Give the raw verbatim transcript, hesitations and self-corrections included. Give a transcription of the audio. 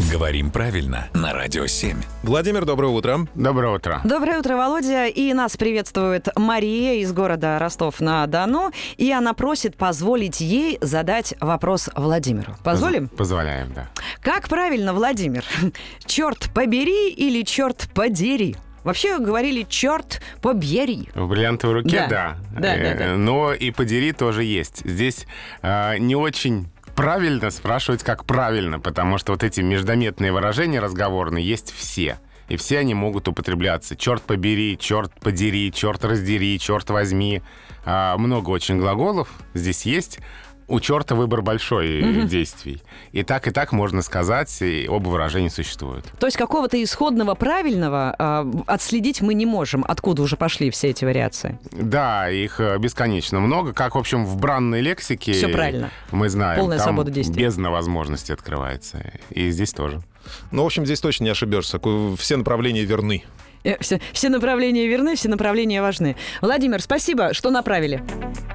Говорим правильно на Радио семь. Владимир, доброе утро. Доброе утро. Доброе утро, Володя. И нас приветствует Мария из города Ростов-на-Дону. И она просит позволить ей задать вопрос Владимиру. Позволим? Поз- Позволяем, да. Как правильно, Владимир? Черт побери или черт подери? Вообще говорили «черт побери». В бриллиантовой руке, Да. да. Да, Э, да, да. Но и подери тоже есть. Здесь э, не очень правильно спрашивать, как правильно, потому что вот эти междометные выражения разговорные есть все. И все они могут употребляться. Черт побери, черт подери, черт раздери, черт возьми. А, много очень глаголов здесь есть. У черта выбор большой mm-hmm. действий. И так, и так можно сказать, и оба выражения существуют. То есть какого-то исходного правильного э, отследить мы не можем, откуда уже пошли все эти вариации. Да, их э, бесконечно много. Как, в общем, в бранной лексике Всё правильно. Мы знаем, Полная там свобода действий. бездна возможностей открывается. И здесь тоже. Ну, в общем, здесь точно не ошибешься. Все направления верны. Э, Все, все направления верны, все направления важны. Владимир, спасибо, что направили.